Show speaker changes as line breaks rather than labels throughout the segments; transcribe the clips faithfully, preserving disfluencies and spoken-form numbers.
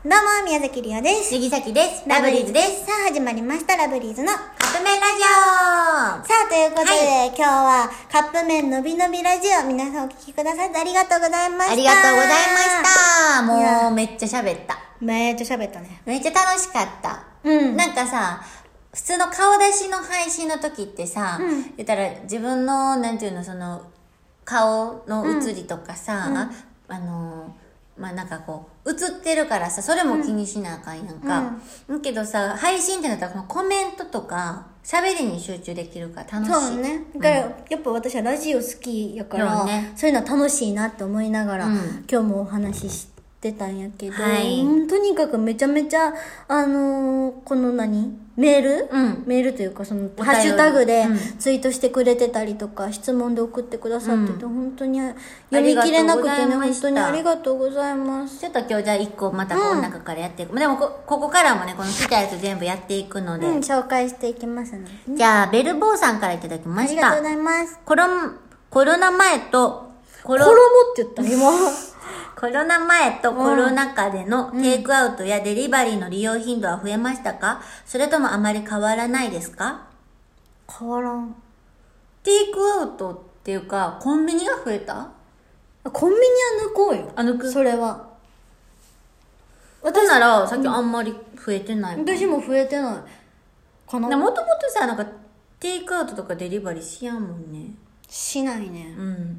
どうも、宮崎りおです。
杉崎です。ラブリーズです。
さあ、始まりました、ラブリーズの
カップ麺ラジオ。
さあ、ということで、はい、今日はカップ麺のびのびラジオ、皆さんお聞きくださってありがとうございました。
ありがとうございました。もう、めっちゃ喋った。
めっちゃ喋ったね。
めっちゃ楽しかった。うん。なんかさ、普通の顔出しの配信の時ってさ、うん、言ったら自分の、なんていうの、その、顔の写りとかさ、うん、あの、まあ、なんかこう、映ってるからさ、それも気にしなあかんやんか。うん。けどさ、配信ってなったら、コメントとか、喋りに集中できるから楽しい。
そうね。だから、うん、やっぱ私はラジオ好きやから、ね、そういうのは楽しいなって思いながら、うん、今日もお話ししてたんやけど、はい、とにかくめちゃめちゃ、あのー、この何メール、うん、メールというかそのハッシュタグでツイートしてくれてたりとか、うん、質問で送ってくださってて、うん、本当に読み切れなくてね、本当にありがとうございます。
ちょっと今日じゃあ一個またこの中からやっていく、うん、でも こ, ここからもね、この来たやつ全部やっていくので、
うん、紹介していきますので、ね、
じゃあベルボーさんからいただきました。
ありがとうございます。
コロコロナ前と
コロコロモって言った今
コロナ前とコロナ禍でのテイクアウトやデリバリーの利用頻度は増えましたか？それともあまり変わらないですか？
変わらん。
テイクアウトっていうか、コンビニが増えた？
コンビニは抜こうよ。
あ、抜く？
それは。
私なら、さっきあんまり増えてない。
私も増えてない。かな。
もともとさ、なんか、テイクアウトとかデリバリーしやんもんね。
しないね。
うん。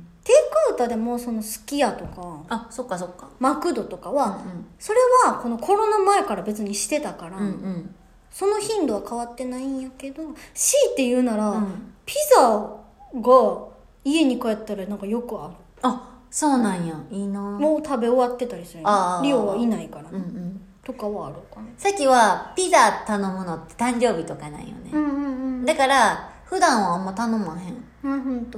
テイクアウトでもそのすき家とか、
あ、そっかそっか、
マクドとかは、うんうん、それはこのコロナ前から別にしてたから、うんうん、その頻度は変わってないんやけど、強いて言うなら、うん、ピザが家に帰ったらなんかよくある。
あ、そうなんや、いいな。
もう食べ終わってたりする。リオはいないからね、うんうん、とかはあるかな。
さっきはピザ頼むのって誕生日とかなんよね、うんうんうん、だから普段はあんま頼まへん。
あ、ほんと。
うん。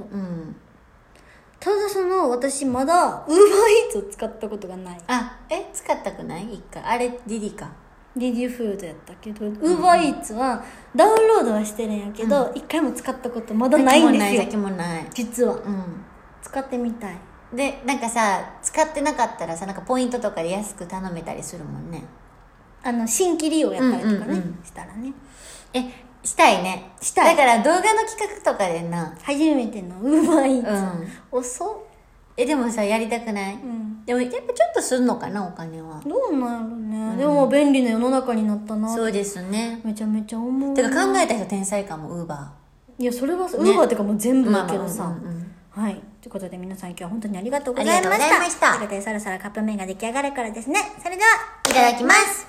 ただその、私まだ、ウーバーイーツを使ったことがない。
あ、え使ったくない一回。あれ、ディディか。
ディディフードやったけど、ウーバーイーツは、ダウンロードはしてるんやけど、一、うん、回も使ったことまだないんですよ。
先もない、先もない。
実は。うん。使ってみたい。
で、なんかさ、使ってなかったらさ、なんかポイントとかで安く頼めたりするもんね。
あの、新規利用やったりとかね、うんうんうん、したらね。
え、したいね。したい。だから動画の企画とかでな。
初めてのウーバーイーツ。うん。遅っ。
え、でもさ、やりたくない？うん。でもやっぱちょっとすんのかな、お金は。
どうなんやろね、うん。でも便利な世の中になったな。
そうですね。
めちゃめちゃ思う。
てか考えた人天才かも、ウーバ
ー。いや、それは、ウーバーってかもう全部だけどさ。まあまあ、うんうん、はい。ということで皆さん今日は本当にありがとうございました。ありがとうございました。ということでそろそろカップ麺が出来上がるからですね。それでは、
いただきます。